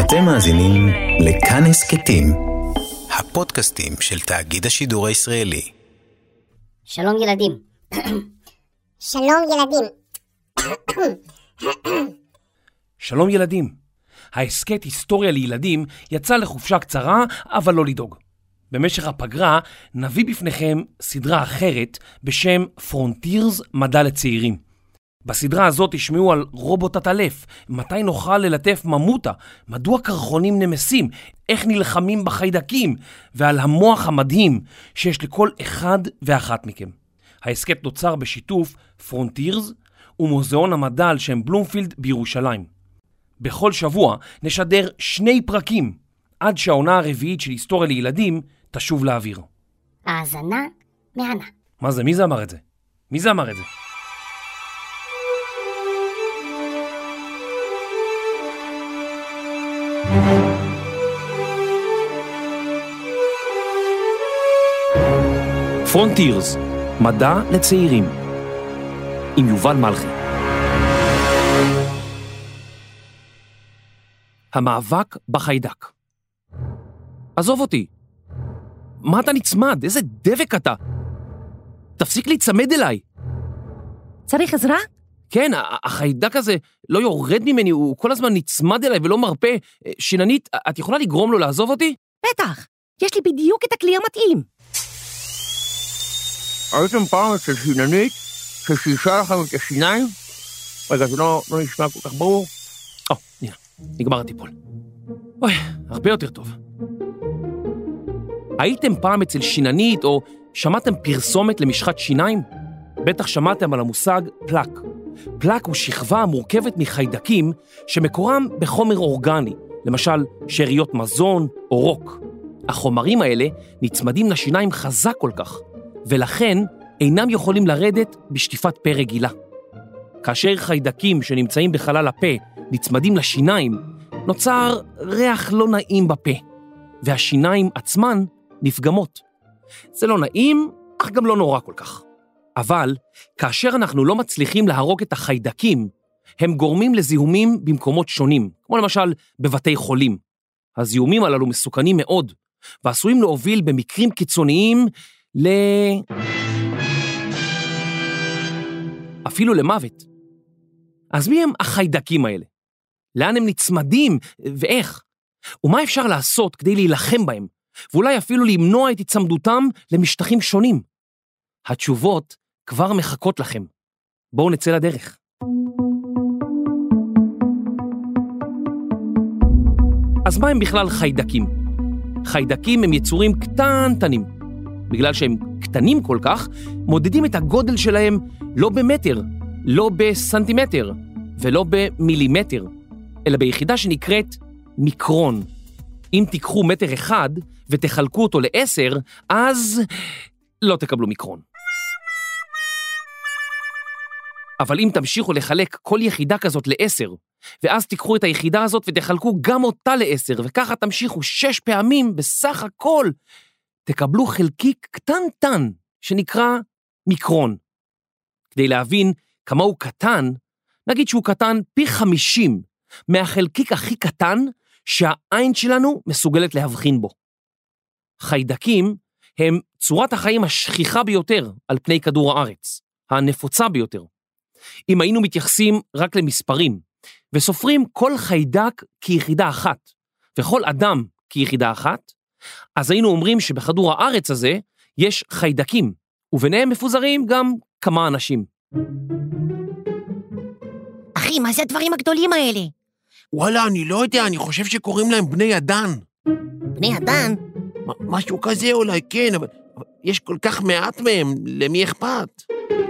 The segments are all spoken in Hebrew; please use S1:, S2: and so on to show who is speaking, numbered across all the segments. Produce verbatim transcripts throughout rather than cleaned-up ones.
S1: אתם מאזינים לכאן הסכתים, הפודקאסטים של תאגיד השידור הישראלי.
S2: שלום ילדים.
S3: שלום ילדים.
S4: שלום ילדים. ההסכת היסטוריה לילדים יצא לחופשה קצרה, אבל לא לדאוג. במשך הפגרה נביא בפניכם סדרה אחרת בשם פרונטירס מדע לצעירים. בסדרה הזאת תשמעו על רובוט הטלף, מתי נוכל ללטף ממוטה, מדוע קרחונים נמסים, איך נלחמים בחיידקים, ועל המוח המדהים שיש לכל אחד ואחת מכם. ההסכת נוצר בשיתוף פרונטירס ומוזיאון המדע על שם בלומפילד בירושלים. בכל שבוע נשדר שני פרקים, עד שהעונה הרביעית של היסטוריה לילדים תשוב לאוויר.
S2: האזנה מהנה.
S4: מה זה? מי זה אמר את זה? מי זה אמר את זה? פרונטירס, מדע לצעירים, עם יובל מלכי. המאבק בחיידק. עזוב אותי. מה אתה נצמד? איזה דבק אתה? תפסיק להצמד אליי.
S5: צריך עזרה?
S4: כן, החיידק הזה לא יורד ממני, הוא כל הזמן נצמד אליי ולא מרפא. שיננית, את יכולה לגרום לו לעזוב אותי?
S5: בטח, יש לי בדיוק את הכלי המתאים.
S6: הייתם פעם אצל שיננית ששישה לכם את השיניים? רגע, זה לא, לא נשמע כל כך ברור.
S4: או, הנה, נגמר הטיפול. אוי, הרבה יותר טוב. הייתם פעם אצל שיננית או שמעתם פרסומת למשחת שיניים? בטח שמעתם על המושג פלק. פלק הוא שכבה מורכבת מחיידקים שמקורם בחומר אורגני, למשל שאריות מזון או רוק. החומרים האלה נצמדים לשיניים חזק כל כך, ולכן אינם יכולים לרדת בשטיפת פה רגילה. כאשר חיידקים שנמצאים בחלל הפה נצמדים לשיניים, נוצר ריח לא נעים בפה, והשיניים עצמן נפגמות. זה לא נעים, אך גם לא נורא כל כך. אבל כאשר אנחנו לא מצליחים להרוג את החיידקים, הם גורמים לזיהומים במקומות שונים, כמו למשל בבתי חולים. הזיהומים הללו מסוכנים מאוד, ועשויים להוביל במקרים קיצוניים ל... אפילו למוות. אז מי הם החיידקים האלה? לאן הם נצמדים ואיך? ומה אפשר לעשות כדי להילחם בהם, ואולי אפילו למנוע את הצמדותם למשטחים שונים? התשובות כבר מחכות לכם. בואו נצא לדרך. אז מה הם בכלל חיידקים? חיידקים הם יצורים קטנטנים. בגלל שהם קטנים כל כך, מודדים את הגודל שלהם לא במטר, לא בסנטימטר, ולא במילימטר, אלא ביחידה שנקראת מיקרון. אם תיקחו מטר אחד ותחלקו אותו לעשר, אז לא תקבלו מיקרון. אבל אם תמשיכו לחלק כל יחידה כזאת לעשר, ואז תיקחו את היחידה הזאת ותחלקו גם אותה לעשר, וככה תמשיכו שש פעמים בסך הכל, תקבלו חלקיק קטנטן שנקרא מיקרון. כדי להבין כמה הוא קטן, נגיד שהוא קטן פי חמישים מהחלקיק הכי קטן שהעין שלנו מסוגלת להבחין בו. חיידקים הם צורת החיים השכיחה ביותר על פני כדור הארץ, הנפוצה ביותר. אם היינו מתייחסים רק למספרים, וסופרים כל חיידק כיחידה אחת, וכל אדם כיחידה אחת, אז היינו אומרים שבכדור הארץ הזה יש חיידקים, וביניהם מפוזרים גם כמה אנשים.
S5: אחי, מה זה הדברים הגדולים האלה?
S6: וואלה, אני לא יודע, אני חושב שקוראים להם בני אדן.
S5: בני אדן?
S6: משהו כזה אולי, כן, אבל יש כל כך מעט מהם, למי אכפת?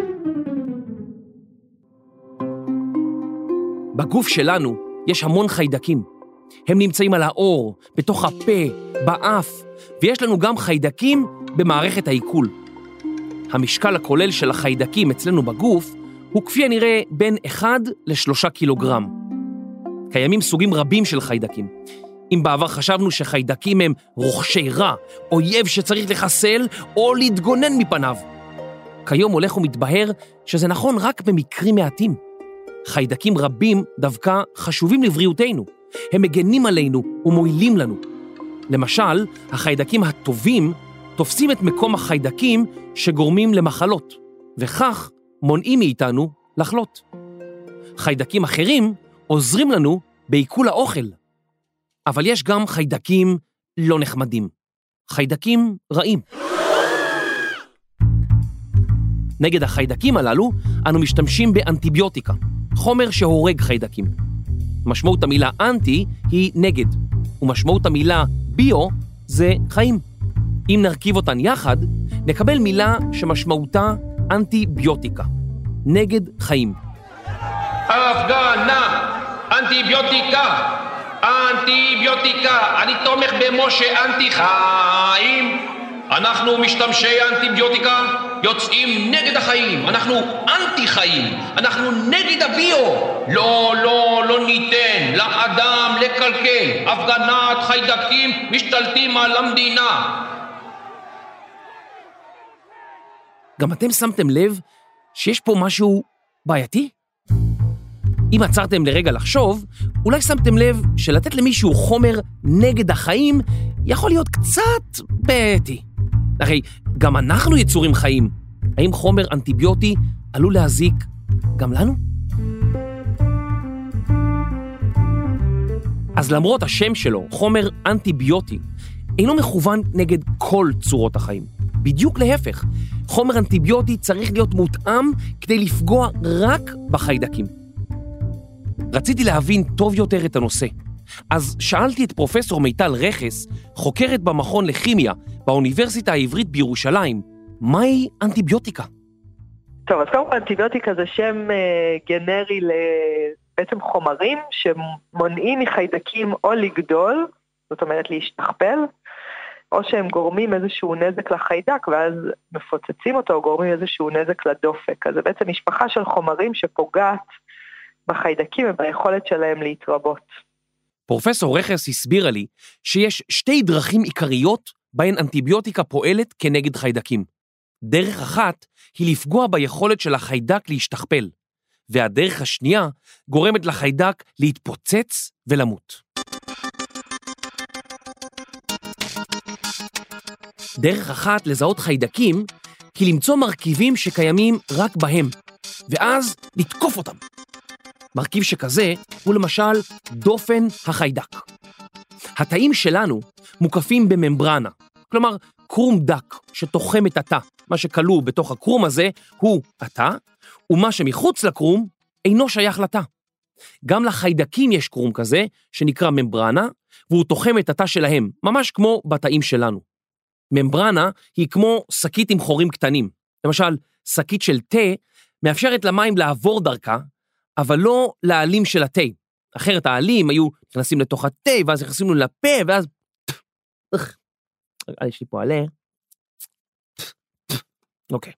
S4: בגוף שלנו יש המון חיידקים. הם נמצאים על האור, בתוך הפה, באף, ויש לנו גם חיידקים במערכת העיכול. המשקל הכולל של החיידקים אצלנו בגוף הוא כפי הנראה בין אחד לשלושה קילוגרם. קיימים סוגים רבים של חיידקים. אם בעבר חשבנו שחיידקים הם רוכשי רע, אויב שצריך לחסל או להתגונן מפניו, כיום הולך ומתבהר שזה נכון רק במקרים מעטים. חיידקים רבים דווקא חשובים לבריאותנו, הם מגנים עלינו ומועילים לנו. למשל, החיידקים הטובים תופסים את מקום החיידקים שגורמים למחלות, וכך מונעים מאיתנו לחלות. חיידקים אחרים עוזרים לנו בעיכול האוכל. אבל יש גם חיידקים לא נחמדים. חיידקים רעים. נגד החיידקים הללו, אנו משתמשים באנטיביוטיקה, חומר שהורג חיידקים. משמעות המילה אנטי היא נגד, ומשמעות המילה ביו זה חיים. אם נרכיב אותן יחד, נקבל מילה שמשמעותה אנטיביוטיקה, נגד חיים.
S7: הפגנה, אנטיביוטיקה, אנטיביוטיקה, אני תומך במשה אנטי חיים. אנחנו משתמשי אנטיביוטיקה יוצאים נגד החיים, אנחנו אנטי חיים, אנחנו נגד הביו. לא, לא, לא ניתן לאדם לקלקל. הפגנת חיידקים משתלטים על המדינה.
S4: גם אתם שמתם לב שיש פה משהו בעייתי? אם עצרתם לרגע לחשוב, אולי שמתם לב שלתת למישהו חומר נגד החיים יכול להיות קצת בעייתי. הרי גם אנחנו יצורים חיים. האם חומר אנטיביוטי עלול להזיק גם לנו? אז למרות השם שלו, חומר אנטיביוטי, אינו מכוון נגד כל צורות החיים. בדיוק להפך, חומר אנטיביוטי צריך להיות מותאם כדי לפגוע רק בחיידקים. רציתי להבין טוב יותר את הנושא, אז שאלתי את פרופסור מיטל רכס, חוקרת במכון לכימיה באוניברסיטה העברית בירושלים, מהי אנטיביוטיקה?
S8: טוב, אז קודם כל אנטיביוטיקה זה שם אה, גנרי לבעצם חומרים שמונעים מחיידקים או לגדול, זאת אומרת להשתכפל, או שהם גורמים איזשהו נזק לחיידק, ואז מפוצצים אותו, או גורמים איזשהו נזק לדופק. אז זה בעצם משפחה של חומרים שפוגעת בחיידקים וביכולת שלהם להתרבות.
S4: פרופסור רכס הסבירה לי שיש שתי דרכים עיקריות בהן אנטיביוטיקה פועלת כנגד חיידקים. דרך אחת היא לפגוע ביכולת של החיידק להשתכפל, והדרך השנייה גורמת לחיידק להתפוצץ ולמות. דרך אחת לזהות חיידקים היא למצוא מרכיבים שקיימים רק בהם, ואז לתקוף אותם. מרכיב שכזה הוא למשל דופן החיידק. התאים שלנו מוקפים בממברנה, כלומר קרום דק שתוחם את התא. מה שכלוא בתוך הקרום הזה הוא התא, ומה שמחוץ לקרום אינו שייך לתא. גם לחיידקים יש קרום כזה שנקרא ממברנה, והוא תוחם את התא שלהם, ממש כמו בתאים שלנו. ממברנה היא כמו שקית עם חורים קטנים. למשל, שקית של תה מאפשרת למים לעבור דרכה, אבל לא לעלים של התה. אחרת העלים היו נכנסים לתוך התה, ואז נכנסים לפה, ואז... אך, יש לי פה עלה. אוקיי.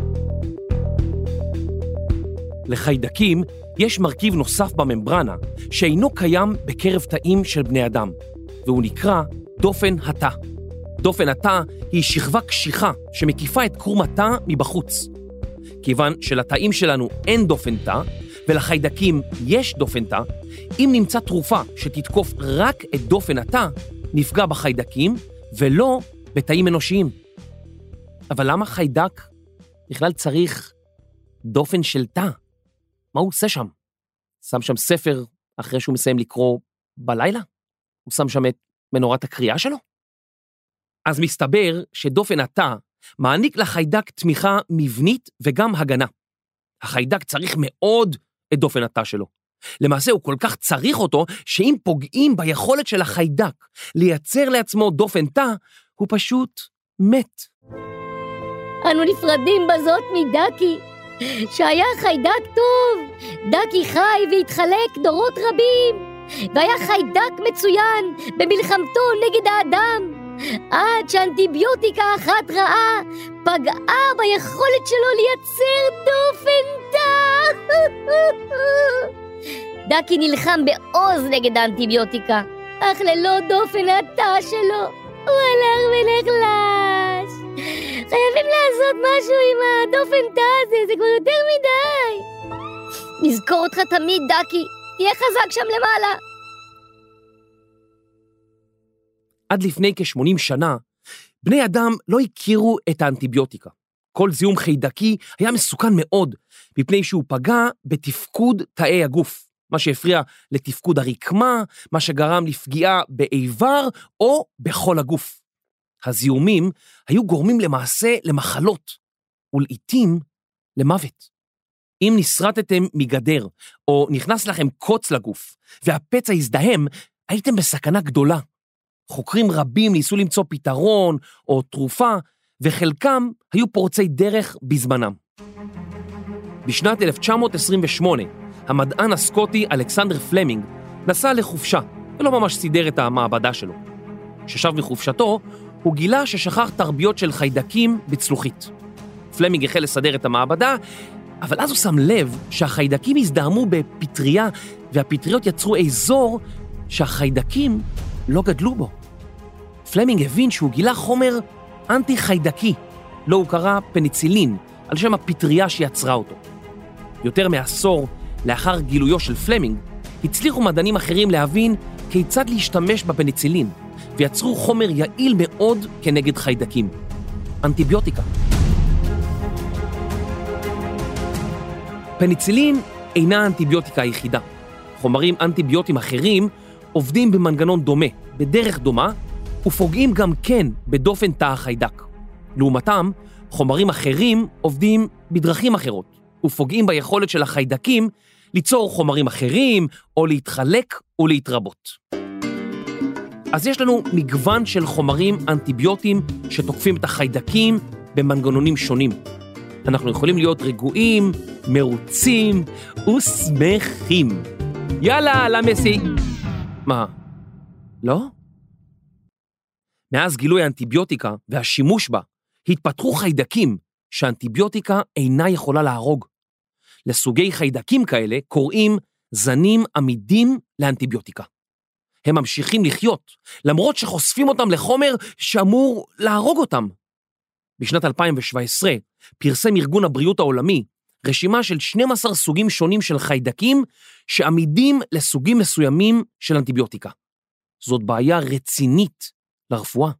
S4: לחיידקים יש מרכיב נוסף בממברנה, שאינו קיים בקרב תאים של בני אדם, והוא נקרא דופן התא. דופן התא היא שכבה קשיחה שמקיפה את קרום התא מבחוץ. כיוון שלתאים שלנו אין דופן תא, ולחיידקים יש דופן תא, אם נמצא תרופה שתתקוף רק את דופן התא, נפגע בחיידקים ולא בתאים אנושיים. אבל למה חיידק בכלל צריך דופן של תא? מה הוא עושה שם? שם שם ספר אחרי שהוא מסיים לקרוא בלילה? הוא שם שם את מנורת הקריאה שלו? אז מסתבר שדופן התא מעניק לחיידק תמיכה מבנית וגם הגנה. החיידק צריך מאוד את דופן התא שלו. למעשה הוא כל כך צריך אותו, שאם פוגעים ביכולת של החיידק לייצר לעצמו דופן תא, הוא פשוט מת.
S2: אנו נפרדים בזאת מדקי, שהיה חיידק טוב. דקי חי והתחלק דורות רבים, והיה חיידק מצוין במלחמתו נגד האדם, עד שאנטיביוטיקה אחת רעה פגעה ביכולת שלו לייצר דופן תא. דקי נלחם בעוז נגד האנטיביוטיקה, אך ללא דופן התא שלו הוא הלך ונחלש. חייבים לעשות משהו עם הדופן תא הזה, זה כבר יותר מדי. נזכור אותך תמיד, דקי, תהיה חזק שם למעלה.
S4: עד לפני כ-שמונים שנה, בני אדם לא הכירו את האנטיביוטיקה. כל זיהום חיידקי היה מסוכן מאוד, מפני שהוא פגע בתפקוד תאי הגוף, מה שהפריע לתפקוד הרקמה, מה שגרם לפגיעה באיבר או בכל הגוף. הזיהומים היו גורמים למעשה למחלות, ולעיתים למוות. אם נשרטתם מגדר, או נכנס לכם קוץ לגוף, והפצע הזדהם, הייתם בסכנה גדולה. חוקרים רבים ניסו למצוא פתרון או תרופה, וחלקם היו פורצי דרך בזמנם. בשנת אלף תשע מאות עשרים ושמונה, המדען הסקוטי אלכסנדר פלמינג נסע לחופשה, ולא ממש סידר את המעבדה שלו. כששב מחופשתו, הוא גילה ששכח תרביות של חיידקים בצלוחית. פלמינג החל לסדר את המעבדה, אבל אז הוא שם לב שהחיידקים הזדהמו בפטריה, והפטריות יצרו אזור שהחיידקים לא גדלו בו. פלמינג הבין שהוא גילה חומר אנטי-חיידקי, לא הוא קרא פניצילין, על שם הפטריה שיצרה אותו. יותר מעשור לאחר גילויו של פלמינג, הצליחו מדענים אחרים להבין כיצד להשתמש בפניצילין, ויצרו חומר יעיל מאוד כנגד חיידקים. אנטיביוטיקה. פניצילין אינה האנטיביוטיקה היחידה. חומרים אנטיביוטיים אחרים עובדים במנגנון דומה, בדרך דומה, ופוגעים גם כן בדופן תא החיידק. לעומתם, חומרים אחרים עובדים בדרכים אחרות, ופוגעים ביכולת של החיידקים ליצור חומרים אחרים, או להתחלק או להתרבות. אז יש לנו מגוון של חומרים אנטיביוטיים שתוקפים את החיידקים במנגנונים שונים. אנחנו יכולים להיות רגועים, מרוצים ושמחים. יאללה, למסי. מה? לא? מאז גילוי האנטיביוטיקה והשימוש בה, התפתחו חיידקים שהאנטיביוטיקה אינה יכולה להרוג. לסוגי חיידקים כאלה קוראים זנים עמידים לאנטיביוטיקה. הם ממשיכים לחיות, למרות שחושפים אותם לחומר שאמור להרוג אותם. בשנת אלפיים שבע עשרה פרסם ארגון הבריאות העולמי רשימה של שנים עשר סוגים שונים של חיידקים שעמידים לסוגים מסוימים של אנטיביוטיקה. זאת בעיה רצינית לרפואה.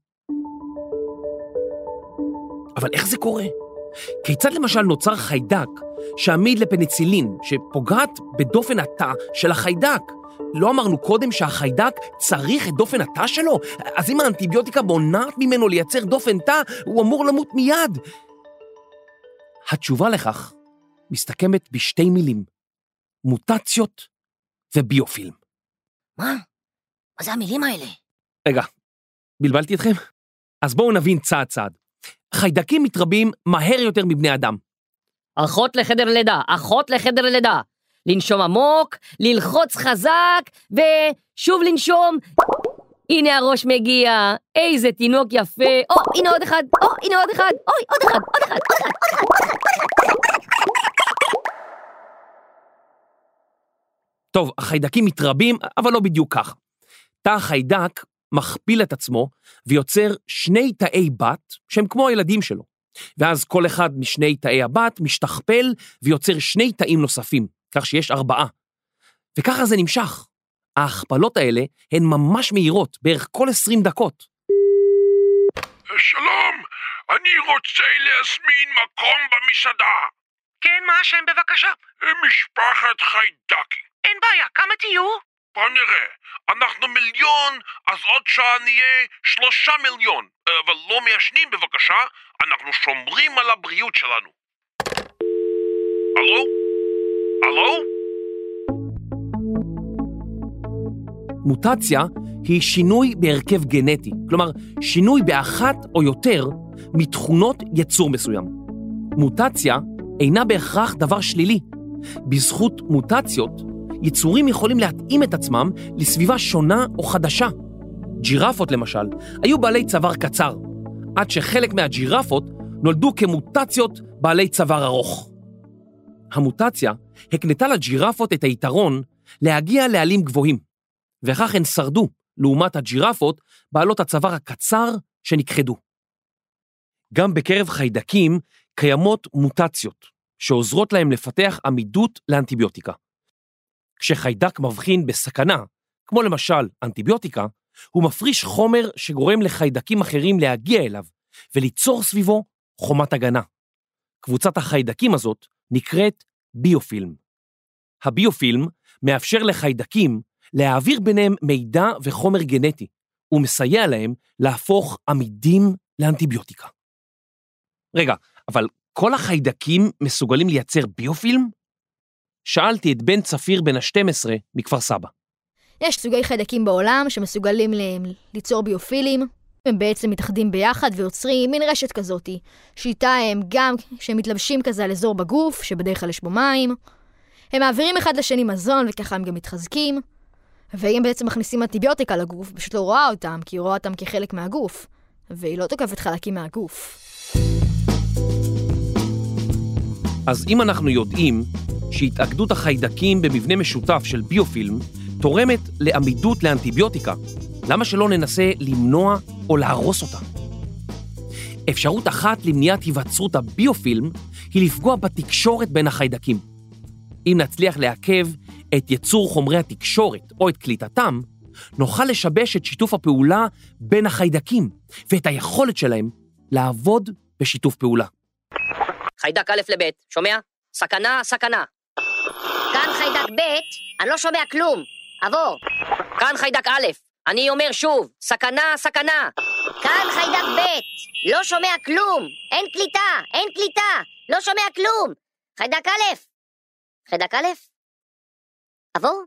S4: אבל איך זה קורה? כיצד למשל נוצר חיידק שעמיד לפניצילין, שפוגעת בדופן התא של החיידק? לא אמרנו קודם שהחיידק צריך את דופן התא שלו? אז אם האנטיביוטיקה מונעת ממנו לייצר דופן תא, הוא אמור למות מיד. התשובה לכך מסתכמת בשתי מילים, מוטציות וביופילם.
S5: מה? מה זה המילים האלה?
S4: רגע, בלבלתי אתכם? אז בואו נבין צעד צעד. חיידקים מתרבים מהר יותר מבני אדם.
S2: אחות לחדר לידה, אחות לחדר לידה. לנשום עמוק, ללחוץ חזק, ושוב לנשום. הנה הראש מגיע, איזה תינוק יפה. או, הנה עוד אחד, או, הנה עוד אחד, אוי, עוד אחד, עוד אחד, עוד אחד, עוד אחד, עוד אחד.
S4: טוב, החיידקים מתרבים, אבל לא בדיוק כך. תא החיידק מכפיל את עצמו ויוצר שני תאי בת שהם כמו הילדים שלו. ואז כל אחד משני תאי הבת משתכפל ויוצר שני תאים נוספים, כך שיש ארבעה. וככה זה נמשך. ההכפלות האלה הן ממש מהירות, בערך כל עשרים דקות.
S9: שלום, אני רוצה להזמין מקום במסעדה.
S10: כן, מה השם בבקשה?
S9: משפחת חיידקי.
S10: אין בעיה, כמה תהיו?
S9: בוא נראה, אנחנו מיליון, אז עוד שעה נהיה שלושה מיליון. אבל לא מעשנים בבקשה, אנחנו שומרים על הבריאות שלנו. הלו? הלו?
S4: מוטציה היא שינוי בהרכב גנטי, כלומר שינוי באחת או יותר מתכונות יצור מסוים. מוטציה אינה בהכרח דבר שלילי. בזכות מוטציות, יצורים יכולים להתאים את עצמם לסביבה שונה או חדשה. ג'ירפות למשל היו בעלי צוואר קצר, עד שחלק מהג'ירפות נולדו כמוטציות בעלי צוואר ארוך. המוטציה הקנתה לג'ירפות את היתרון להגיע לעלים גבוהים, וכך הן שרדו לעומת הג'ירפות בעלות הצוואר הקצר שנכחדו. גם בקרב חיידקים קיימות מוטציות שעוזרות להם לפתח עמידות לאנטיביוטיקה. כשחיידק מבחין בסכנה, כמו למשל אנטיביוטיקה, הוא מפריש חומר שגורם לחיידקים אחרים להגיע אליו וליצור סביבו חומת הגנה. קבוצת החיידקים הזאת נקראת ביופילם. הביופילם מאפשר לחיידקים להעביר ביניהם מידע וחומר גנטי, ומסייע להם להפוך עמידים לאנטיביוטיקה. רגע, אבל כל החיידקים מסוגלים לייצר ביופילם? שאלתי את בן צפיר בן ה-שתים עשרה מכפר סבא.
S2: יש סוגי חיידקים בעולם שמסוגלים ליצור ביופילים. הם בעצם מתאחדים ביחד ויוצרים מין רשת כזאת, שאיתה הם גם שמתלבשים כזה על אזור בגוף, שבדרך כלל יש בו מים. הם מעבירים אחד לשני מזון וככה הם גם מתחזקים. והם בעצם מכניסים אנטיביוטיקה לגוף, פשוט לא רואה אותם, כי היא רואה אותם כחלק מהגוף. והיא לא תוקפת חלקים מהגוף.
S4: אז אם אנחנו יודעים שהתאגדות החיידקים במבנה משותף של ביופילם תורמת לעמידות לאנטיביוטיקה, למה שלא ננסה למנוע או להרוס אותה? אפשרות אחת למניעת היווצרות הביופילם היא לפגוע בתקשורת בין החיידקים. אם נצליח לעכב את יצור חומרי התקשורת או את קליטתם, נוכל לשבש את שיתוף הפעולה בין החיידקים ואת היכולת שלהם לעבוד בשיתוף פעולה.
S5: חיידק א' לב', שומע? סכנה, סכנה.
S3: כאן חיידק ב', אני לא שומע כלום. עבור.
S5: כאן חיידק א', אני אומר שוב, סכנה, סכנה.
S3: כאן חיידק ב', לא שומע כלום. אין קליטה, אין קליטה. לא שומע כלום. חיידק א'. חיידק א'. עבור.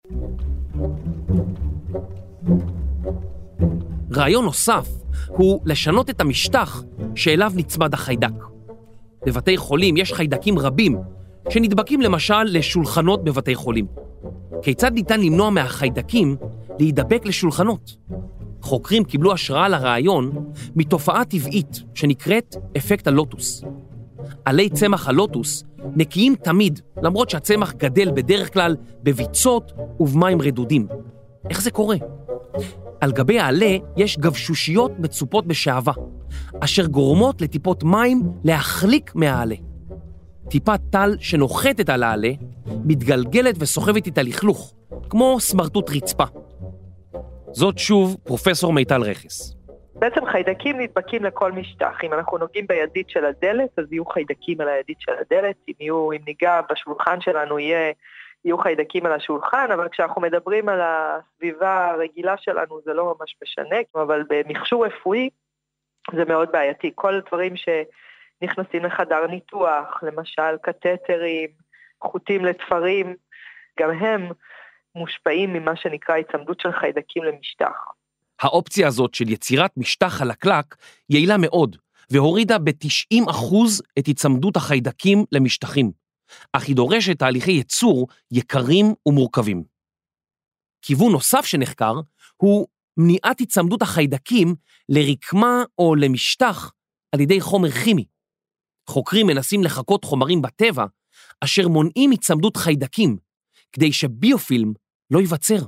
S4: רעיון נוסף הוא לשנות את המשטח שאליו נצמד החיידק. בבתי חולים יש חיידקים רבים שנדבקים למשל לשולחנות בבתי חולים. כיצד ניתן למנוע מהחיידקים להידבק לשולחנות? חוקרים קיבלו השראה לרעיון מתופעה טבעית שנקראת אפקט הלוטוס. עלי צמח הלוטוס נקיים תמיד, למרות שהצמח גדל בדרך כלל בביצות ובמים רדודים. איך זה קורה? על גבי העלה יש גבשושיות מצופות בשעבה, אשר גורמות לטיפות מים להחליק מהעלה. טיפת טל שנוחתת על העלה מתגלגלת וסוחבת איתה לכלוך, כמו סמרטוט רצפה. זאת שוב פרופסור מיטל רכס.
S8: בעצם חיידקים נדבקים לכל משטח. אם אנחנו נוגעים בידית של הדלת, אז יהיו חיידקים על הידית של הדלת. אם, יהיו, אם ניגע בשולחן שלנו, יהיה, יהיו חיידקים על השולחן, אבל כשאנחנו מדברים על הסביבה הרגילה שלנו, זה לא ממש משנה, אבל במכשור רפואי זה מאוד בעייתי. כל הדברים שנכנסים לחדר ניתוח, למשל קטטרים, חוטים לתפרים, גם הם מושפעים ממה שנקרא הצמדות של חיידקים למשטח.
S4: האופציה הזאת של יצירת משטח חלקלק יעילה מאוד, והורידה ב-תשעים אחוז את הצמדות החיידקים למשטחים, אך היא דורשת תהליכי ייצור יקרים ומורכבים. כיוון נוסף שנחקר הוא מניעת הצמדות החיידקים לרקמה או למשטח על ידי חומר כימי. חוקרים מנסים לחקות חומרים בטבע אשר מונעים הצמדות חיידקים, כדי שביופילם לא ייווצר.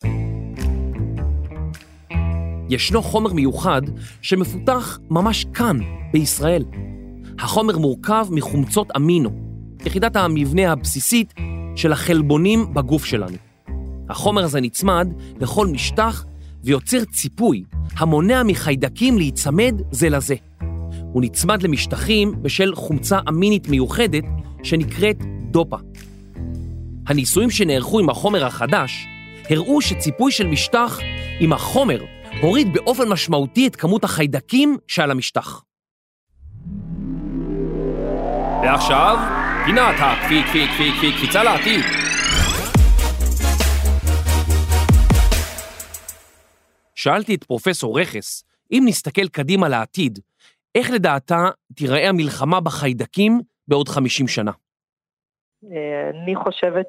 S4: ישנו חומר מיוחד שמפותח ממש כאן, בישראל. החומר מורכב מחומצות אמינו, יחידת המבנה הבסיסית של החלבונים בגוף שלנו. החומר הזה נצמד לכל משטח ויוצר ציפוי המונע מחיידקים להיצמד זה לזה. הוא נצמד למשטחים בשל חומצה אמינית מיוחדת שנקראת דופה. הניסויים שנערכו עם החומר החדש הראו שציפוי של משטח עם החומר הוריד באופן משמעותי את כמות החיידקים שעל המשטח. ועכשיו, פינת הקפי, קפי, קפי, קפי, קפיצה לעתיד. שאלתי את פרופסור רכס, אם נסתכל קדימה לעתיד, איך לדעתה תיראה המלחמה בחיידקים בעוד חמישים שנה?
S8: אני חושבת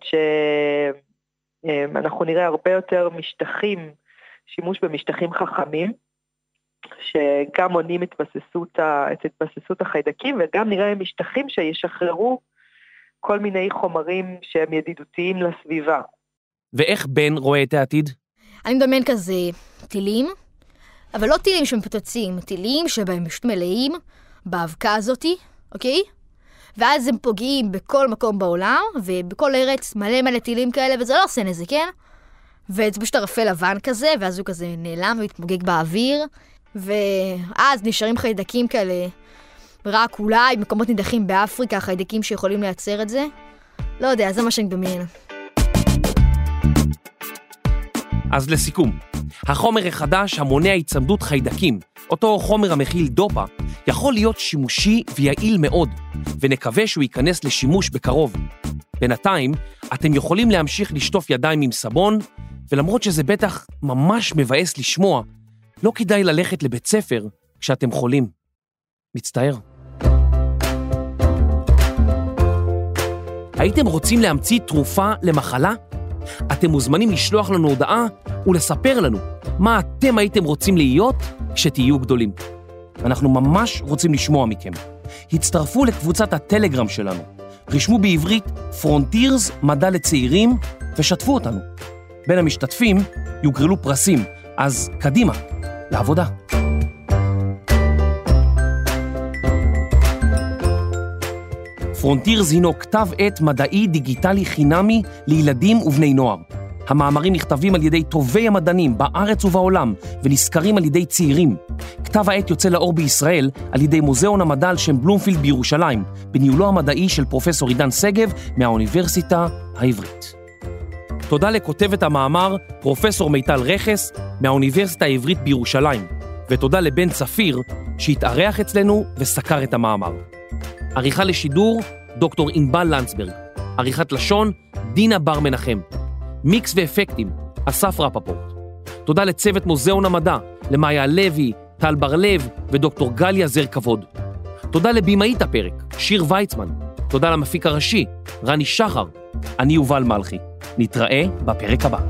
S8: שאנחנו נראה הרבה יותר משטחים, שימוש במשטחים חכמים, שגם מונעים התבססות, את התבססות החיידקים, וגם נראה משטחים שישחררו כל מיני חומרים שהם ידידותיים לסביבה.
S4: ואיך בן רואה את העתיד?
S2: אני מדמיין כזה טילים, אבל לא טילים שמפוצצים, טילים שבהם פשוט מלאים באבקה הזאת, אוקיי? ואז הם פוגעים בכל מקום בעולם, ובכל ארץ מלא מלא טילים כאלה, וזה לא עושה נזק, כן?
S11: וזה פשוט ערפל לבן כזה, ואז הוא כזה נעלם והתמוגג באוויר, ואז נשארים חיידקים כאלה, רק אולי מקומות נידחים באפריקה, חיידקים שיכולים לייצר את זה. לא יודע, זה מה שאני מדמיין.
S4: אז לסיכום, החומר החדש המונע הצמדות חיידקים, אותו חומר המכיל דופה, יכול להיות שימושי ויעיל מאוד, ונקווה שהוא ייכנס לשימוש בקרוב. בינתיים, אתם יכולים להמשיך לשטוף ידיים עם סבון, ולמרות שזה בטח ממש מבאס לשמוע, לא כדאי ללכת לבית ספר כשאתם חולים. מצטער. הייתם רוצים להמציא תרופה למחלה? אתם מוזמנים לשלוח לנו הודעה ולספר לנו מה אתם הייתם רוצים להיות כשתהיו גדולים. אנחנו ממש רוצים לשמוע מכם. הצטרפו לקבוצת הטלגרם שלנו. רשמו בעברית פרונטירס מדע לצעירים ושתפו אותנו. בין המשתתפים יוגרלו פרסים, אז קדימה, לעבודה. פרונטירס הינו כתב עת מדעי דיגיטלי חינמי לילדים ובני נוער. המאמרים נכתבים על ידי טובי המדענים בארץ ובעולם ונזכרים על ידי צעירים. כתב העת יוצא לאור בישראל על ידי מוזיאון המדע על שם בלומפילד בירושלים, בניהולו המדעי של פרופסור עידן שגב מהאוניברסיטה העברית. תודה לכותבת המאמר פרופסור מיטל רכס מהאוניברסיטה העברית בירושלים, ותודה לבן צפיר שהתארח אצלנו וסקר את המאמר. עריכה לשידור דוקטור ענבל לנצברג, עריכת לשון דינה בר מנחם, מיקס ואפקטים אסף רפפורט. תודה לצוות מוזיאון המדע, למאיה לוי, טל בר לב ודוקטור גליה זר כבוד. תודה לבימאית הפרק, שיר ויצמן. תודה למפיק הראשי, רני שחר. אני יובל מלכי. נתראה בפרק הבא.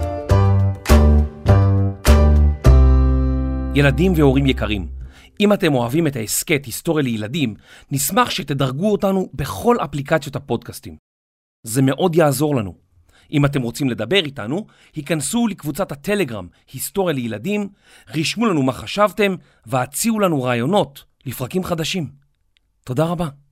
S4: ילדים והורים יקרים, אם אתם אוהבים את העסקת היסטוריה לילדים, נשמח שתדרגו אותנו בכל אפליקציות הפודקאסטים. זה מאוד יעזור לנו. אם אתם רוצים לדבר איתנו, היכנסו לקבוצת הטלגרם היסטוריה לילדים, רשמו לנו מה חשבתם והציעו לנו רעיונות לפרקים חדשים. תודה רבה.